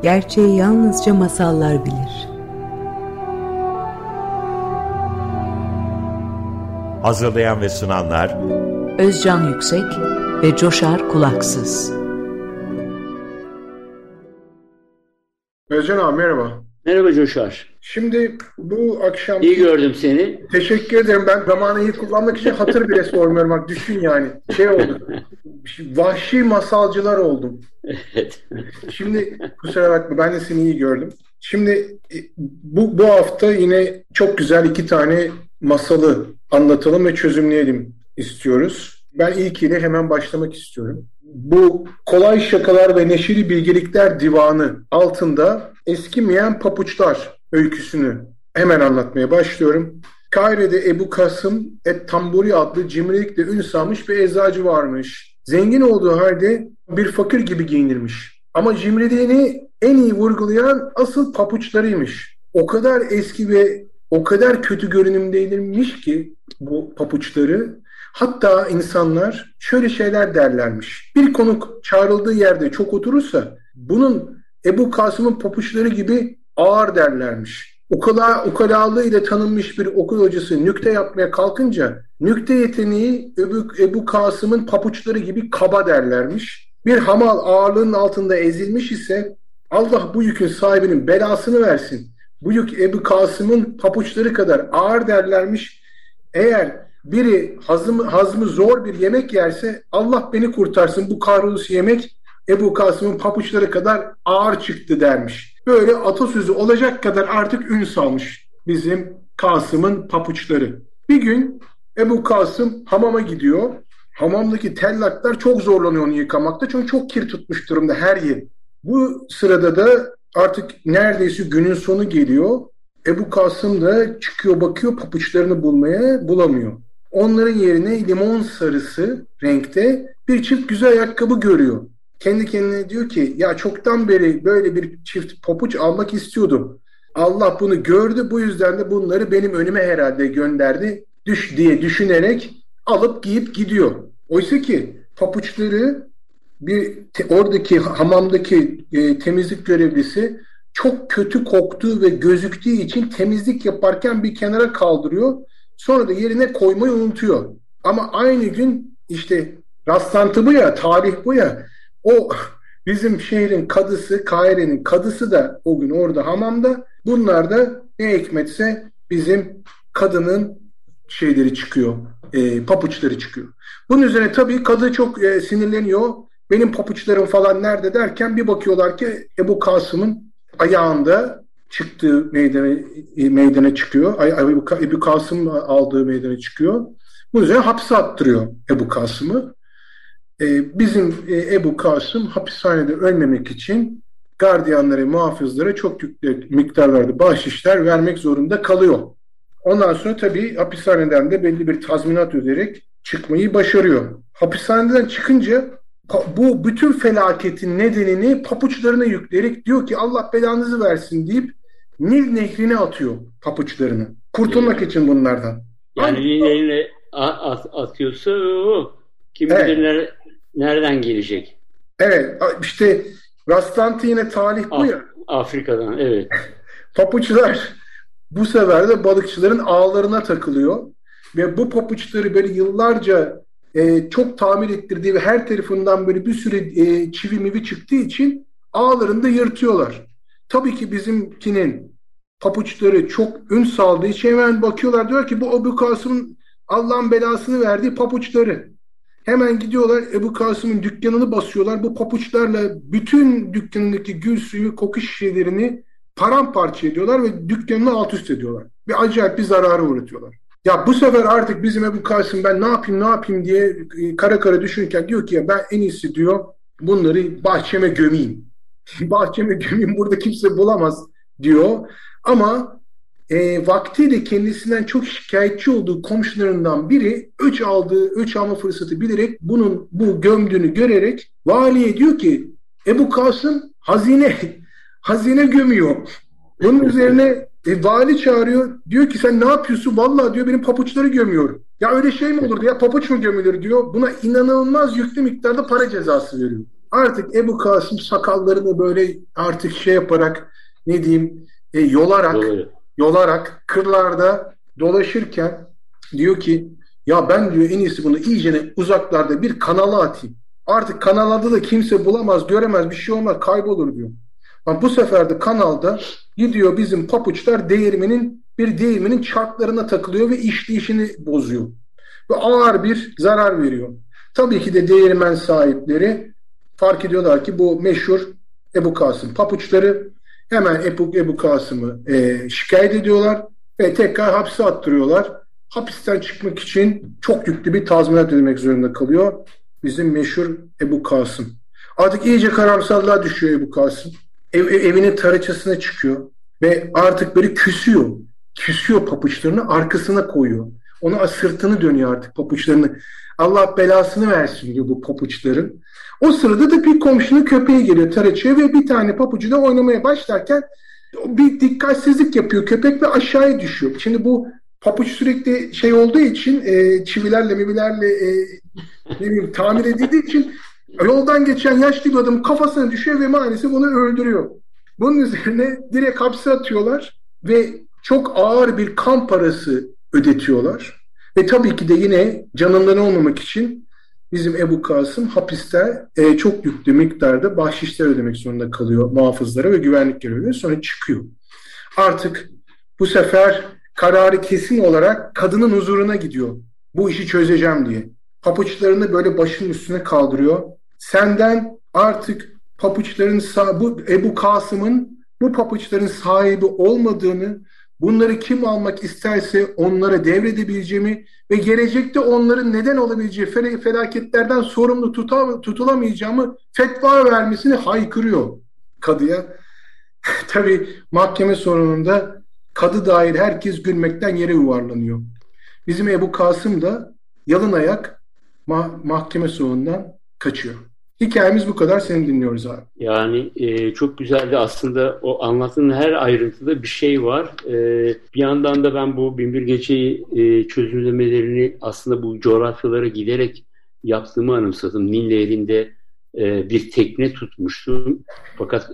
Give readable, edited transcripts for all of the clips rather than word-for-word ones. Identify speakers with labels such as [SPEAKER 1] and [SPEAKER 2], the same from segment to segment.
[SPEAKER 1] Gerçeği yalnızca masallar bilir.
[SPEAKER 2] Hazırlayan ve sunanlar
[SPEAKER 1] Özcan Yüksek ve Coşar Kulaksız.
[SPEAKER 3] Özcan abi merhaba.
[SPEAKER 4] Merhaba Coşar.
[SPEAKER 3] Şimdi bu akşam...
[SPEAKER 4] İyi gördüm seni.
[SPEAKER 3] Teşekkür ederim. Ben zamanı iyi kullanmak için hatır bile sormuyorum. Bak düşün yani. Şey oldu. Vahşi masalcılar oldum.
[SPEAKER 4] Evet.
[SPEAKER 3] Şimdi kusura bakma ben de seni iyi gördüm. Şimdi bu hafta yine çok güzel 2 tane masalı anlatalım ve çözümleyelim istiyoruz. Ben ilkiyle hemen başlamak istiyorum. Bu Kolay Şakalar ve Neşeli Bilgelikler Divanı altında Eskimeyen Papuçlar öyküsünü hemen anlatmaya başlıyorum. Kahire'de Ebu Kasım et-Tamburi adlı cimrilikle ün salmış bir eczacı varmış. Zengin olduğu halde bir fakir gibi giyinirmiş. Ama cimriliğini en iyi vurgulayan asıl papuçlarıymış. O kadar eski ve o kadar kötü görünümdeymiş ki bu papuçları. Hatta insanlar şöyle şeyler derlermiş. Bir konuk çağrıldığı yerde çok oturursa bunun Ebu Kasım'ın papuçları gibi ağır derlermiş. Ukalalığı ile tanınmış bir okul hocası nükte yapmaya kalkınca nükte yeteneği Ebu Kasım'ın papuçları gibi kaba derlermiş. Bir hamal ağırlığının altında ezilmiş ise Allah bu yükün sahibinin belasını versin. Bu yük Ebu Kasım'ın papuçları kadar ağır derlermiş. Eğer biri hazmı zor bir yemek yerse Allah beni kurtarsın bu kahrolası yemek Ebu Kasım'ın papuçları kadar ağır çıktı dermiş. Böyle atasözü olacak kadar artık ün salmış bizim Kasım'ın papuçları. Bir gün Ebu Kasım hamama gidiyor. Hamamdaki tellaklar çok zorlanıyor onu yıkamakta çünkü çok kir tutmuş durumda her yer. Bu sırada da artık neredeyse günün sonu geliyor. Ebu Kasım da çıkıyor bakıyor papuçlarını bulamıyor. Onların yerine limon sarısı renkte bir çift güzel ayakkabı görüyor. Kendi kendine diyor ki ya çoktan beri böyle bir çift papuç almak istiyordum. Allah bunu gördü bu yüzden de bunları benim önüme herhalde gönderdi diye düşünerek alıp giyip gidiyor. Oysa ki papuçları oradaki hamamdaki temizlik görevlisi çok kötü koktuğu ve gözüktüğü için temizlik yaparken bir kenara kaldırıyor. Sonra da yerine koymayı unutuyor. Ama aynı gün işte rastlantı bu ya, tarih bu ya. O bizim şehrin kadısı, Kahire'nin kadısı da o gün orada hamamda. Bunlar da ne hikmetse bizim kadının şeyleri çıkıyor, papuçları çıkıyor. Bunun üzerine tabii kadı çok sinirleniyor. Benim papuçlarım falan nerede derken bir bakıyorlar ki Ebu Kasım'ın ayağında çıktığı meydana çıkıyor. Ebu Kasım aldığı meydana çıkıyor. Bunun üzerine hapse attırıyor Ebu Kasım'ı. Bizim Ebu Kasım hapishanede ölmemek için gardiyanlara, muhafızlara çok yüklü miktarlarda bahşişler vermek zorunda kalıyor. Ondan sonra tabii hapishaneden de belli bir tazminat öderek çıkmayı başarıyor. Hapishaneden çıkınca bu bütün felaketin nedenini papuçlarına yükleyerek diyor ki Allah belanızı versin deyip Nil nehrine atıyor papuçlarını. Kurtulmak için bunlardan.
[SPEAKER 4] Yani Nil nehrine atıyorsa kim bilir nereden gelecek?
[SPEAKER 3] Evet işte rastlantı yine talih bu ya.
[SPEAKER 4] Afrika'dan evet.
[SPEAKER 3] Papuçlar bu sefer de balıkçıların ağlarına takılıyor. Ve bu papuçları böyle yıllarca çok tamir ettirdiği ve her tarafından böyle bir sürü çivi mivi çıktığı için ağlarını da yırtıyorlar. Tabii ki bizimkinin papuçları çok ün saldığı için hemen bakıyorlar diyor ki bu Ebu Kasım'ın Allah'ın belasını verdiği papuçları. Hemen gidiyorlar Ebu Kasım'ın dükkanını basıyorlar. Bu papuçlarla bütün dükkanındaki gül suyu koku şişelerini paramparça ediyorlar ve dükkanını alt üst ediyorlar. Ve acayip bir zarara uğratıyorlar. Ya bu sefer artık bizim Ebu Kasım ben ne yapayım diye kara kara düşünürken diyor ki ya ben en iyisi diyor bunları bahçeme gömeyim. Bahçeme gömeyim burada kimse bulamaz diyor. Ama vaktiyle kendisinden çok şikayetçi olduğu komşularından biri öç alma fırsatı bilerek bu gömdüğünü görerek valiye diyor ki Ebu Kasım hazine gömüyor. Bunun üzerine vali çağırıyor. Diyor ki sen ne yapıyorsun? Vallahi diyor benim papuçları gömüyor. Ya öyle şey mi olur ya papuç mu gömülür diyor. Buna inanılmaz yüklü miktarda para cezası veriyor. Artık Ebu Kasım sakallarını böyle artık şey yaparak, ne diyeyim, yolarak kırlarda dolaşırken diyor ki ya ben diyor en iyisi bunu iyice uzaklarda bir kanala atayım. Artık kanalda da kimse bulamaz, göremez, bir şey olmaz, kaybolur diyor. Ama bu sefer de kanalda gidiyor bizim papuçlar değirmenin çarklarına takılıyor ve işleyişini bozuyor. Ve ağır bir zarar veriyor. Tabii ki de değirmen sahipleri fark ediyorlar ki bu meşhur Ebu Kasım papuçları, hemen Ebu Kasım'ı şikayet ediyorlar ve tekrar hapse attırıyorlar. Hapisten çıkmak için çok yüklü bir tazminat ödemek zorunda kalıyor bizim meşhur Ebu Kasım. Artık iyice karamsarlığa düşüyor Ebu Kasım. Evinin tarçasına çıkıyor ve artık böyle küsüyor. Küsüyor papuçlarını, arkasına koyuyor. Ona sırtını dönüyor artık papuçlarını. Allah belasını versin diyor bu papuçların. O sırada da bir komşunun köpeği geliyor taraçaya ve bir tane papucuyla oynamaya başlarken bir dikkatsizlik yapıyor köpek ve aşağıya düşüyor. Şimdi bu papuç sürekli şey olduğu için çivilerle ne bileyim tamir edildiği için yoldan geçen yaşlı bir adamın kafasına düşüyor ve maalesef onu öldürüyor. Bunun üzerine direkt hapse atıyorlar ve çok ağır bir kan parası ödetiyorlar. Ve tabii ki de yine canından olmamak için bizim Ebu Kasım hapiste çok yüklü miktarda bahşişler ödemek zorunda kalıyor muhafızlara ve güvenlik görevlilerine, sonra çıkıyor. Artık bu sefer kararı kesin olarak kadının huzuruna gidiyor. Bu işi çözeceğim diye. Papuçlarını böyle başının üstüne kaldırıyor. Senden artık bu Ebu Kasım'ın bu papuçların sahibi olmadığını, bunları kim almak isterse onlara devredebileceğimi ve gelecekte onların neden olabileceği felaketlerden sorumlu tutulamayacağımı fetva vermesini haykırıyor kadıya. Tabii mahkeme sonunda kadı dahil herkes gülmekten yere yuvarlanıyor. Bizim Ebu Kasım da yalın ayak mahkeme sonundan kaçıyor. Hikayemiz bu kadar. Seni dinliyoruz abi.
[SPEAKER 4] Yani çok güzeldi aslında, o anlattığın her ayrıntıda bir şey var. Bir yandan da ben bu Binbir Gece'yi çözümlemelerini aslında bu coğrafyalara giderek yaptığımı anımsadım. Nil Nehri'nde bir tekne tutmuştum. Fakat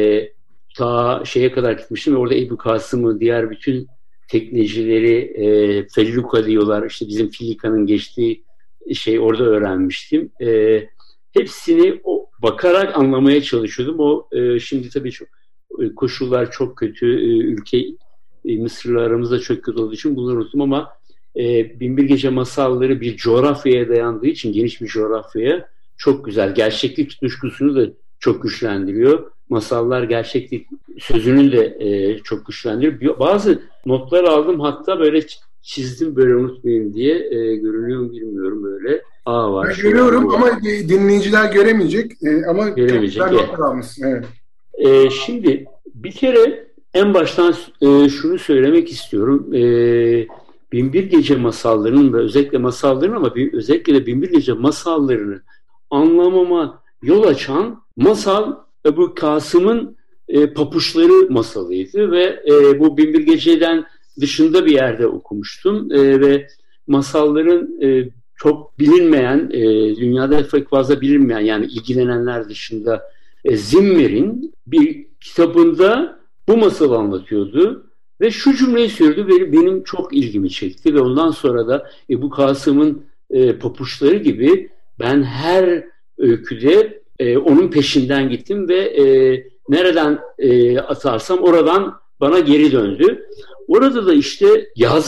[SPEAKER 4] ta şeye kadar gitmiştim ve orada Ebu Kasım'ı, diğer bütün teknecileri Felluka diyorlar. İşte bizim Filika'nın geçtiği şey orada öğrenmiştim. Hepsini bakarak anlamaya çalışıyordum. Şimdi tabii koşullar çok kötü. Ülke Mısır'la aramızda çok kötü olduğu için bunları unuttum ama Binbir Gece masalları bir coğrafyaya dayandığı için, geniş bir coğrafyaya, çok güzel. Gerçeklik tutkusunu da çok güçlendiriyor. Masallar gerçeklik sözünü de çok güçlendiriyor. Bazı notlar aldım, hatta böyle çizdim böyle unutmayayım diye. Görünüyor mu bilmiyorum böyle. Var.
[SPEAKER 3] Ben görüyorum ama dinleyiciler göremeyecek. Ama
[SPEAKER 4] göremeyecek.
[SPEAKER 3] Notlar almışsın. Evet.
[SPEAKER 4] Şimdi bir kere en baştan şunu söylemek istiyorum. Binbir Gece masallarının ve özellikle masallarının ama özellikle de Binbir Gece masallarını anlamama yol açan masal Ebu Kasım'ın papuçları masalıydı ve bu Binbir Gece'den dışında bir yerde okumuştum ve masalların çok bilinmeyen, dünyada pek fazla bilinmeyen, yani ilgilenenler dışında Zimmer'in bir kitabında bu masalı anlatıyordu ve şu cümleyi söyledi, benim çok ilgimi çekti ve ondan sonra da Ebu Kasım'ın papuçları gibi ben her öyküde onun peşinden gittim ve nereden atarsam oradan bana geri döndü. Orada da işte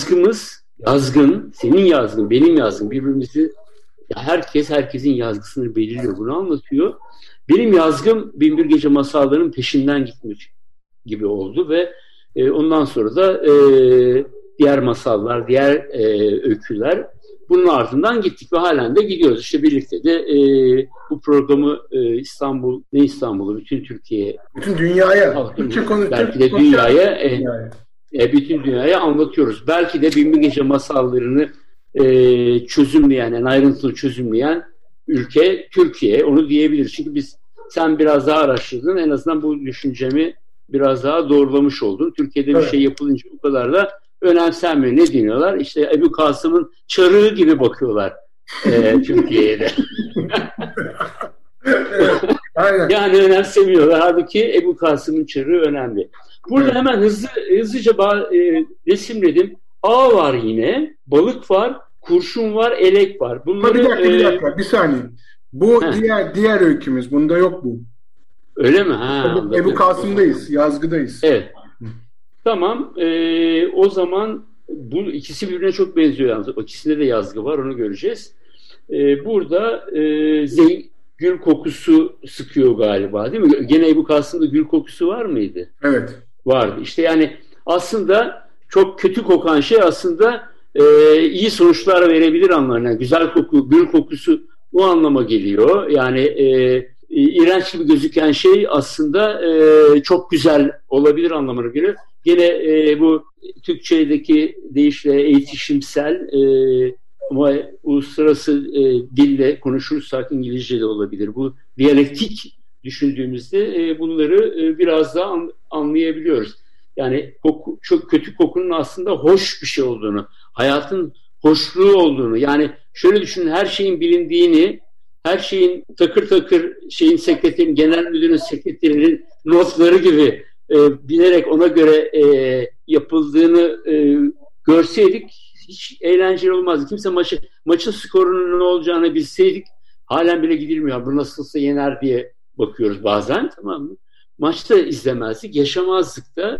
[SPEAKER 4] yazgın, senin yazgın, benim yazgın, birbirimizi, herkesin yazgısını belirliyor. Bunu anlatıyor. Benim yazgım Binbir Gece masallarının peşinden gitmiş gibi oldu ve ondan sonra da diğer masallar, diğer öyküler, bunun ardından gittik ve halen de gidiyoruz. İşte birlikte de bu programı İstanbul'u, bütün Türkiye'ye,
[SPEAKER 3] bütün dünyaya,
[SPEAKER 4] belki de dünyaya, bütün dünyaya anlatıyoruz. Belki de Binbir Gece masallarını çözümleyen, yani ayrıntılı çözümleyen ülke Türkiye, onu diyebiliriz. Çünkü sen biraz daha araştırdın, en azından bu düşüncemi biraz daha doğrulamış oldun. Türkiye'de bir şey yapılınca bu kadar da önemsenmiyor. Ne deniyorlar? İşte Ebu Kasım'ın çarığı gibi bakıyorlar Türkiye'ye de.
[SPEAKER 3] Aynen.
[SPEAKER 4] Yani önemsemiyorlar. Halbuki Ebu Kasım'ın çarığı önemli. Burada evet. Hemen hızlıca resimledim. Ağ var yine, balık var, kurşun var, elek var. Bunları,
[SPEAKER 3] bir dakika, bir saniye. Bu diğer öykümüz. Bunda yok bu.
[SPEAKER 4] Öyle mi?
[SPEAKER 3] Ebu Kasım'dayız, yazgıdayız.
[SPEAKER 4] Evet. Tamam. O zaman bu ikisi birbirine çok benziyor yalnız. İkisinde de yazgı var, onu göreceğiz. Burada gül kokusu sıkıyor galiba, değil mi? Gene Ebu Kasım'da gül kokusu var mıydı?
[SPEAKER 3] Evet.
[SPEAKER 4] Vardı. İşte yani aslında çok kötü kokan şey aslında iyi sonuçlar verebilir anlamına. Yani güzel koku, gül kokusu bu anlama geliyor. Yani iğrenç gibi gözüken şey aslında çok güzel olabilir anlamına geliyor. Gene bu Türkçedeki deyişle eğitişimsel ama uluslararası dille konuşursak İngilizce de olabilir. Bu diyalektik düşündüğümüzde bunları biraz daha anlayabiliyoruz. Yani çok kötü kokunun aslında hoş bir şey olduğunu, hayatın hoşluğu olduğunu, yani şöyle düşünün, her şeyin bilindiğini, her şeyin takır takır sekreterin, genel müdürün sekreterinin notları gibi bilerek ona göre yapıldığını görseydik hiç eğlenceli olmazdı. Kimse maçın skorunun ne olacağını bilseydik halen bile gidilmiyor. Bu nasılsa yener diye bakıyoruz bazen, tamam mı? Maçta izlemezdik, yaşamazdık da.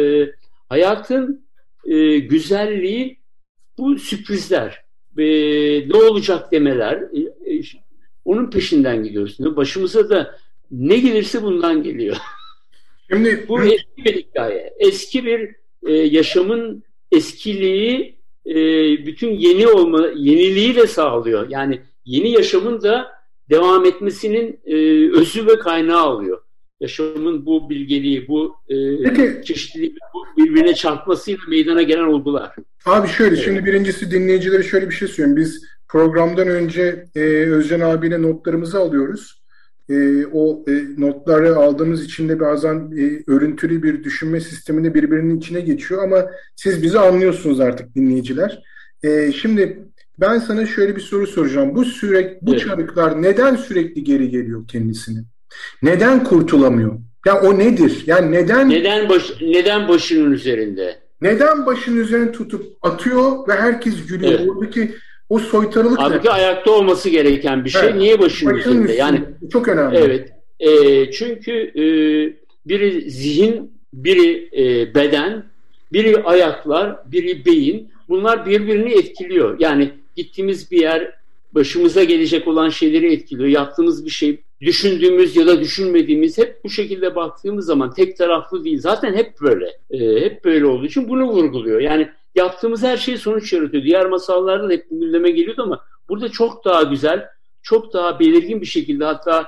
[SPEAKER 4] Hayatın güzelliği bu sürprizler, ne olacak demeler, onun peşinden gidiyoruz. Başımıza da ne gelirse bundan geliyor. Şimdi bu eski bir hikaye. Eski bir yaşamın eskiliği bütün yeniliği de sağlıyor. Yani yeni yaşamın da devam etmesinin özü ve kaynağı oluyor. Yaşamın bu bilgeliği, bu çeşitliliği, bu birbirine çarpmasıyla meydana gelen olgular.
[SPEAKER 3] Abi şöyle, şimdi birincisi dinleyicilere şöyle bir şey söyleyeyim. Biz programdan önce Özcan abiyle notlarımızı alıyoruz. O notları aldığımız için de bazen örüntülü bir düşünme sisteminde birbirinin içine geçiyor ama siz bizi anlıyorsunuz artık dinleyiciler. Şimdi ben sana şöyle bir soru soracağım. Bu çarıklar neden sürekli geri geliyor kendisine? Neden kurtulamıyor? Ya o nedir? Yani
[SPEAKER 4] neden başının üzerinde?
[SPEAKER 3] Neden başının üzerine tutup atıyor ve herkes gülüyor? Evet. Oradaki o soytarılık.
[SPEAKER 4] Halbuki ayakta olması gereken bir şey. Evet. Niye başının üzerinde? Yani
[SPEAKER 3] çok önemli.
[SPEAKER 4] Evet. Çünkü biri zihin, biri beden, biri ayaklar, biri beyin. Bunlar birbirini etkiliyor. Yani gittiğimiz bir yer başımıza gelecek olan şeyleri etkiliyor. Yaptığımız bir şey, düşündüğümüz ya da düşünmediğimiz, hep bu şekilde baktığımız zaman tek taraflı değil. Zaten hep böyle. Hep böyle olduğu için bunu vurguluyor. Yani yaptığımız her şey sonuç yaratıyor. Diğer masallarda da hep bu gündeme geliyordu ama burada çok daha güzel, çok daha belirgin bir şekilde, hatta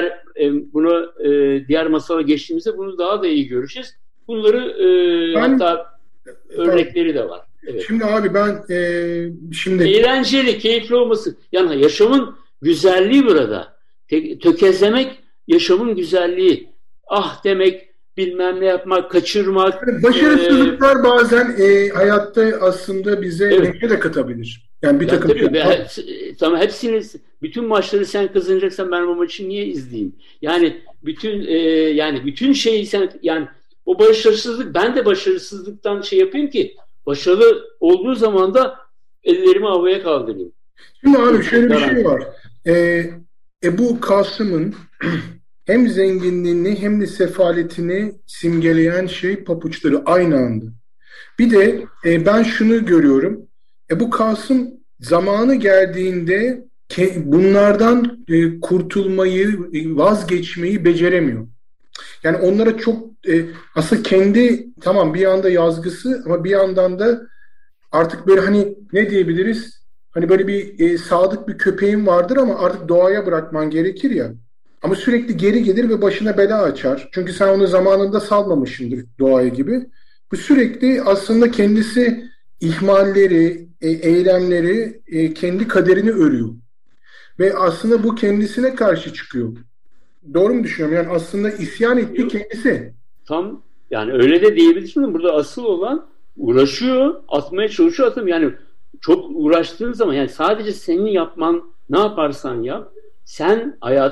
[SPEAKER 4] diğer masala geçtiğimizde bunu daha da iyi göreceğiz. Bunları hatta örnekleri de var. Evet.
[SPEAKER 3] Şimdi abi şimdi
[SPEAKER 4] eğlenceli, keyifli olması. Yani yaşamın güzelliği burada. Tökezlemek yaşamın güzelliği. Ah demek, bilmem ne yapmak, kaçırmak.
[SPEAKER 3] Başarısızlıklar bazen hayatta aslında bize neşe de katabilir. Yani bir takım
[SPEAKER 4] tamam, hepsini, bütün maçları sen kazanacaksan ben o maçı niye izleyeyim? Yani bütün şeyi sen, yani o başarısızlık, ben de başarısızlıktan yapayım ki başarılı olduğu zaman da ellerimi havaya kaldırayım.
[SPEAKER 3] Şimdi abi şöyle bir şey var. Ebu Kasım'ın hem zenginliğini hem de sefaletini simgeleyen şey papuçları aynı anda. Bir de ben şunu görüyorum. Ebu Kasım zamanı geldiğinde bunlardan kurtulmayı, vazgeçmeyi beceremiyor. Yani onlara çok aslında kendi, tamam bir yanda yazgısı ama bir yandan da artık böyle hani ne diyebiliriz? Hani böyle bir sadık bir köpeğin vardır ama artık doğaya bırakman gerekir ya. Ama sürekli geri gelir ve başına bela açar. Çünkü sen onu zamanında salmamışsındır doğaya gibi. Bu sürekli aslında kendisi ihmalleri, eylemleri, kendi kaderini örüyor. Ve aslında bu kendisine karşı çıkıyor. Doğru mu düşünüyorum? Yani aslında isyan ettiği kendisi.
[SPEAKER 4] Tam yani öyle de diyebilirsin. Burada asıl olan uğraşıyor, atmaya çalışıyor, atamıyor. Yani çok uğraştığın zaman, yani sadece senin yapman, ne yaparsan yap, sen hayatı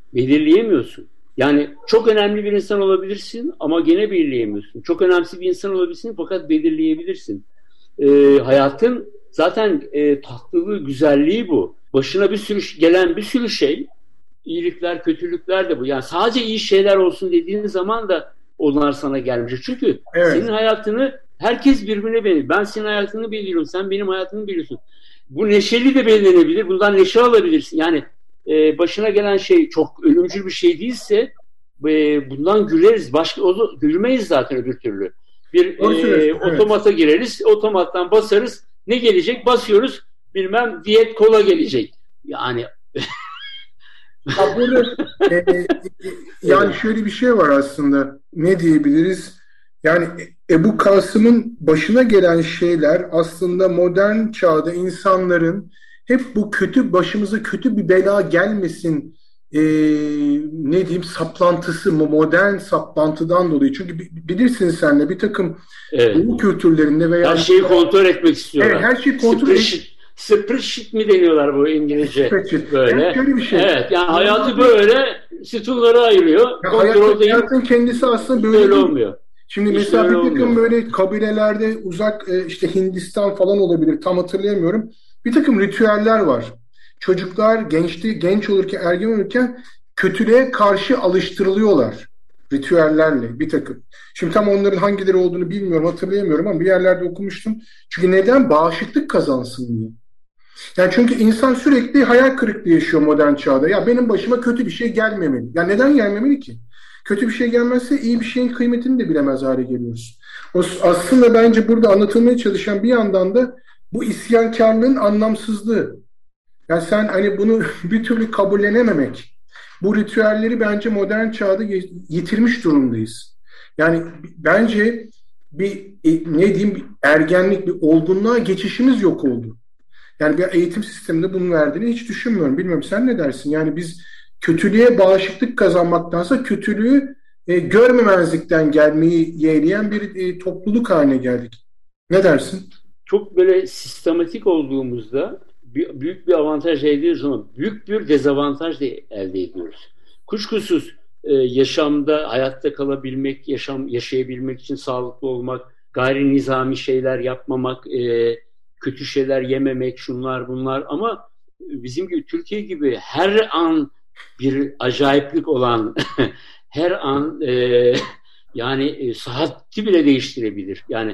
[SPEAKER 4] belirleyemiyorsun. Yani çok önemli bir insan olabilirsin ama gene belirleyemiyorsun. Çok önemli bir insan olabilirsin fakat belirleyebilirsin. Hayatın zaten tatlılığı, güzelliği bu. Başına gelen bir sürü şey, iyilikler, kötülükler de bu. Yani sadece iyi şeyler olsun dediğin zaman da onlar sana gelmeyecek. Çünkü senin hayatını herkes birbirine belirliyor. Ben senin hayatını belirliyorum, sen benim hayatımı biliyorsun. Bu neşeli de belirlenebilir. Bundan neşe alabilirsin. Yani başına gelen şey çok ölümcül bir şey değilse bundan güleriz. Gülmeyiz zaten öbür türlü. Otomata gireriz, otomattan basarız. Ne gelecek? Basıyoruz. Bilmem diyet kola gelecek. Yani
[SPEAKER 3] burada yani şöyle bir şey var aslında. Ne diyebiliriz? Yani Ebu Kasım'ın başına gelen şeyler aslında modern çağda insanların hep bu başımıza kötü bir bela gelmesin ne diyeyim saplantısı mı, modern saplantıdan dolayı. Çünkü bilirsin sen de bir takım Doğu kültürlerinde veya
[SPEAKER 4] her şeyi kontrol etmek istiyorlar.
[SPEAKER 3] Evet, her şeyi kontrol
[SPEAKER 4] Spreadsheet mi deniyorlar bu İngilizce? Böyle.
[SPEAKER 3] Yani şöyle bir şey.
[SPEAKER 4] Evet, yani hayatı böyle sütunlara ayırıyor.
[SPEAKER 3] Hayatın kendisi aslında böyle
[SPEAKER 4] olmuyor.
[SPEAKER 3] Şimdi mesela bir takım böyle kabilelerde uzak işte Hindistan falan olabilir, tam hatırlayamıyorum. Bir takım ritüeller var. Çocuklar genç olurken, ergen olurken kötülüğe karşı alıştırılıyorlar. Ritüellerle bir takım. Şimdi tam onların hangileri olduğunu bilmiyorum, hatırlayamıyorum ama bir yerlerde okumuştum. Çünkü neden? Bağışıklık kazansın diye. Yani çünkü insan sürekli hayal kırıklığı yaşıyor modern çağda. Ya benim başıma kötü bir şey gelmemeli. Ya neden gelmemeli ki? Kötü bir şey gelmezse iyi bir şeyin kıymetini de bilemez hale geliyoruz. Aslında bence burada anlatılmaya çalışan bir yandan da bu isyankarlığın anlamsızlığı. Yani sen hani bunu bir türlü kabullenememek. Bu ritüelleri bence modern çağda yitirmiş durumdayız. Yani bence ne diyeyim ergenlik, bir olgunluğa geçişimiz yok oldu. Yani bir eğitim sisteminde bunu verdiğini hiç düşünmüyorum. Bilmiyorum sen ne dersin? Yani biz kötülüğe bağışıklık kazanmaktansa kötülüğü görmemezlikten gelmeyi yeğleyen bir topluluk haline geldik. Ne dersin?
[SPEAKER 4] Çok böyle sistematik olduğumuzda büyük bir avantaj elde ediyoruz ama büyük bir dezavantaj da elde ediyoruz. Kuşkusuz yaşamda hayatta kalabilmek, yaşayabilmek için sağlıklı olmak, gayri nizami şeyler yapmamak, kötü şeyler yememek, şunlar bunlar ama bizim gibi Türkiye gibi her an bir acayiplik olan her an yani saati bile değiştirebilir. Yani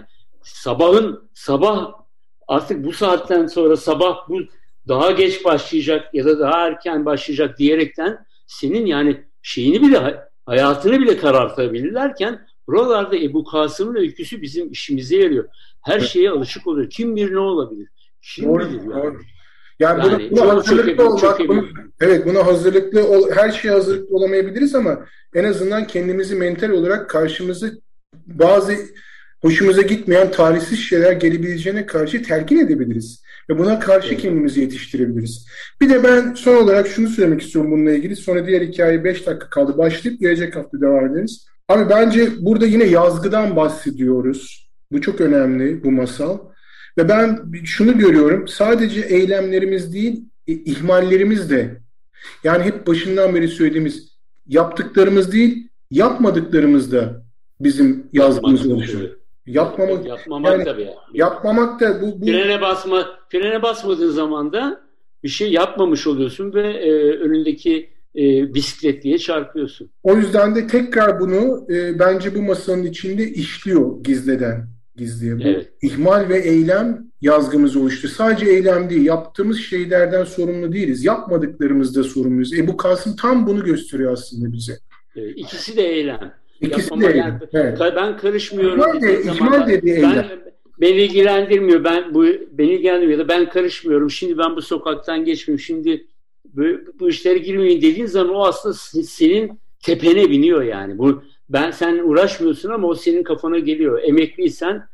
[SPEAKER 4] sabah artık bu saatten sonra sabah bu daha geç başlayacak ya da daha erken başlayacak diyerekten senin yani hayatını bile karartabilirlerken buralarda Ebu Kasım'ın öyküsü bizim işimize yarıyor. Her şeye alışık oluyor. Kim bilir ne olabilir? Kim bilir yani.
[SPEAKER 3] Doğru. Yani buna hazırlıklı olmak, buna her şeye hazırlıklı olamayabiliriz ama en azından kendimizi mental olarak karşımızı bazı hoşumuza gitmeyen tarihsiz şeyler gelebileceğine karşı telkin edebiliriz. Ve buna karşı kendimizi yetiştirebiliriz. Bir de ben son olarak şunu söylemek istiyorum bununla ilgili. Sonra diğer hikaye 5 dakika kaldı. Başlayıp gelecek hafta devam ederiz. Abi bence burada yine yazgıdan bahsediyoruz. Bu çok önemli bu masal. Ve ben şunu görüyorum. Sadece eylemlerimiz değil, ihmallerimiz de. Yani hep başından beri söylediğimiz yaptıklarımız değil, yapmadıklarımız da bizim yazgımız oluşuyor.
[SPEAKER 4] Yapmamak tabii.
[SPEAKER 3] Yapmamak da bu
[SPEAKER 4] frene basmadığın zaman da bir şey yapmamış oluyorsun ve önündeki bisikletliye çarpıyorsun.
[SPEAKER 3] O yüzden de tekrar bunu bence bu masanın içinde işliyor gizliye. Bu ihmal ve eylem yazgımız oluştu. Sadece eylem değil, yaptığımız şeylerden sorumlu değiliz. Yapmadıklarımızda sorumluyuz. Ebu Kasım tam bunu gösteriyor aslında bize.
[SPEAKER 4] İkisi de eylem.
[SPEAKER 3] İkisi de eylem. Evet.
[SPEAKER 4] Ben karışmıyorum.
[SPEAKER 3] İhmal dediği eylem.
[SPEAKER 4] Beni ilgilendirmiyor. Beni ilgilendirmiyor da ben karışmıyorum. Şimdi ben bu sokaktan geçmeyeyim. Şimdi bu işlere girmeyeyim dediğin zaman o aslında senin tepene biniyor yani. Sen uğraşmıyorsun ama o senin kafana geliyor. Emekliysen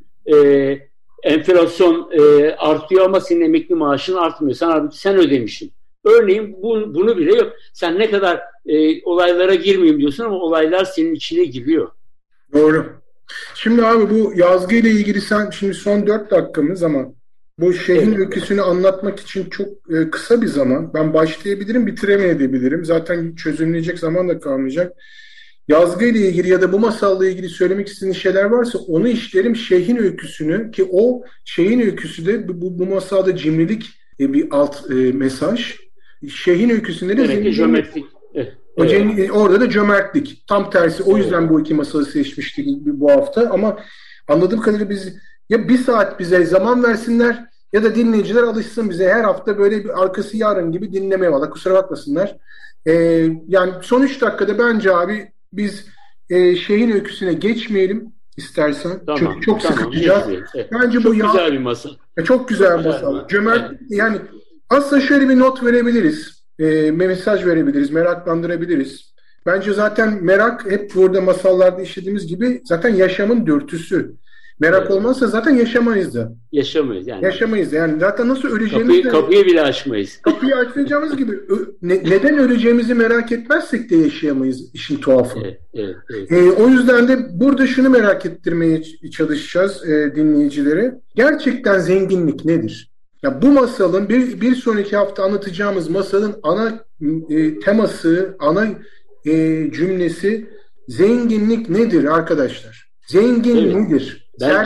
[SPEAKER 4] enflasyon artıyor ama senin emekli maaşın artmıyor. Sen ödemişsin. Örneğin bunu bile yok. Sen ne kadar olaylara girmeyeyim diyorsun ama olaylar senin içine giriyor.
[SPEAKER 3] Doğru. Şimdi abi bu yazgıyla ilgili şimdi son 4 dakikamız ama Bu Şeyh'in öyküsünü anlatmak için çok kısa bir zaman. Ben başlayabilirim, bitiremeyebilirim. Zaten çözümleyecek zaman da kalmayacak. Yazgı ile ilgili ya da bu masalla ilgili söylemek istediğiniz şeyler varsa onu işlerim. Şeyh'in öyküsünü, ki o Şeyh'in öyküsü de bu masalda cimrilik bir alt mesaj. Şeyh'in öyküsünde de
[SPEAKER 4] zenginlik.
[SPEAKER 3] Orada da cömertlik. Tam tersi. O yüzden bu iki masalı seçmiştik bu hafta. Ama anladığım kadarıyla biz ya bir saat bize zaman versinler ya da dinleyiciler alışsın bize her hafta böyle bir arkası yarın gibi dinlemeye. Valla kusura bakmasınlar. Yani son 3 dakikada bence abi biz Şeyh'in öyküsüne geçmeyelim istersen.
[SPEAKER 4] Tamam,
[SPEAKER 3] çünkü çok sıkıcacağız.
[SPEAKER 4] Bence bu güzel bir masal.
[SPEAKER 3] Çok güzel bir masal. Cömert, yani aslında şöyle bir not verebiliriz. Mesaj verebiliriz, meraklandırabiliriz. Bence zaten merak hep burada masallarda işlediğimiz gibi zaten yaşamın dürtüsü. Merak olmazsa zaten yaşamayız da.
[SPEAKER 4] Yaşamayız yani.
[SPEAKER 3] Yaşamayız yani. Zaten nasıl öleceğimizi
[SPEAKER 4] kapıyı bile açmayız.
[SPEAKER 3] Kapıyı açmayacağımız gibi neden öleceğimizi merak etmezsek de yaşayamayız, işin tuhafı.
[SPEAKER 4] Evet.
[SPEAKER 3] O yüzden de burada şunu merak ettirmeye çalışacağız dinleyicilere. Gerçekten zenginlik nedir? Ya bu masalın bir sonraki hafta anlatacağımız masalın ana teması, ana cümlesi zenginlik nedir arkadaşlar? Zengin nedir?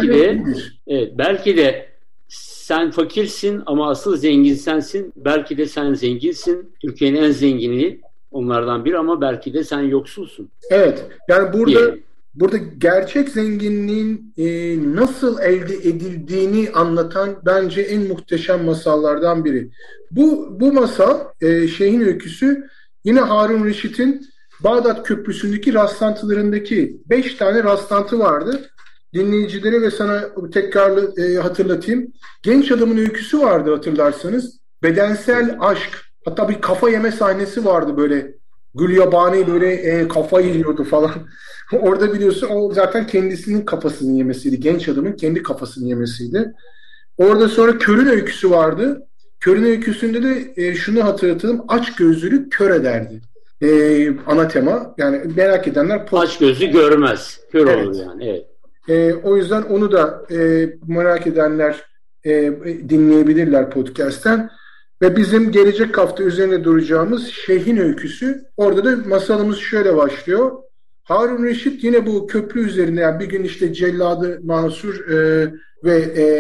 [SPEAKER 4] Belki de sen fakirsin ama asıl zengin sensin. Belki de sen zenginsin. Türkiye'nin en zengini onlardan biri ama belki de sen yoksulsun.
[SPEAKER 3] Evet. Yani burada gerçek zenginliğin nasıl elde edildiğini anlatan bence en muhteşem masallardan biri. Bu masal Şeyh'in öyküsü yine Harun Reşit'in Bağdat Köprüsü'ndeki rastlantılarındaki 5 tane rastlantı vardı. Dinleyicilere ve sana tekrar hatırlatayım. Genç adamın öyküsü vardı hatırlarsanız. Bedensel aşk. Hatta bir kafa yeme sahnesi vardı böyle. Gülyabani böyle kafayı yiyordu falan. Orada biliyorsun o zaten kendisinin kafasını yemesiydi. Genç adamın kendi kafasını yemesiydi. Orada sonra körün öyküsü vardı. Körün öyküsünde de şunu hatırlatalım. Aç gözlülük kör ederdi. Ana tema. Yani merak edenler...
[SPEAKER 4] Aç gözü görmez. Kör olur yani. Evet.
[SPEAKER 3] O yüzden onu da merak edenler dinleyebilirler podcast'ten. Ve bizim gelecek hafta üzerine duracağımız Şeyh'in öyküsü. Orada da masalımız şöyle başlıyor. Harun Reşit yine bu köprü üzerinde yani bir gün işte Celladı Mansur ve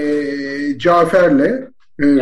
[SPEAKER 3] Cafer'le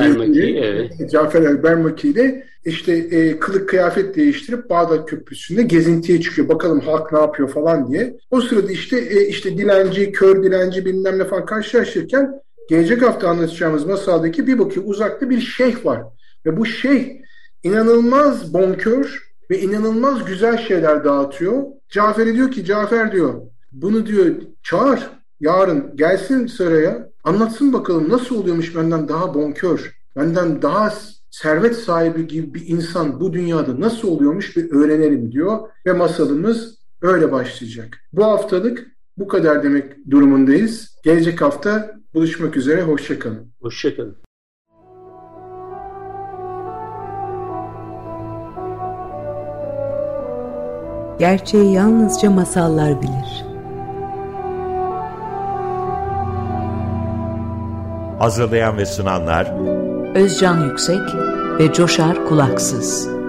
[SPEAKER 3] Cafer el-Bermaki ile işte kılık kıyafet değiştirip Bağdat Köprüsü'nde gezintiye çıkıyor. Bakalım halk ne yapıyor falan diye. O sırada işte dilenci, kör dilenci bilmem ne falan karşılaşırken gelecek hafta anlatacağımız masaldaki bir bakıyor uzakta bir şeyh var. Ve bu şeyh inanılmaz bonkör ve inanılmaz güzel şeyler dağıtıyor. Cafer'e diyor ki Cafer diyor bunu diyor çağır yarın gelsin saraya anlatsın bakalım nasıl oluyormuş benden daha bonkör, benden daha servet sahibi gibi bir insan bu dünyada nasıl oluyormuş bir öğrenelim diyor ve masalımız öyle başlayacak. Bu haftalık bu kadar demek durumundayız. Gelecek hafta buluşmak üzere. Hoşça kalın.
[SPEAKER 4] Hoşça kalın.
[SPEAKER 1] Gerçeği yalnızca masallar bilir.
[SPEAKER 2] Hazırlayan ve sunanlar
[SPEAKER 1] Özcan Yüksek ve Coşar Kulaksız.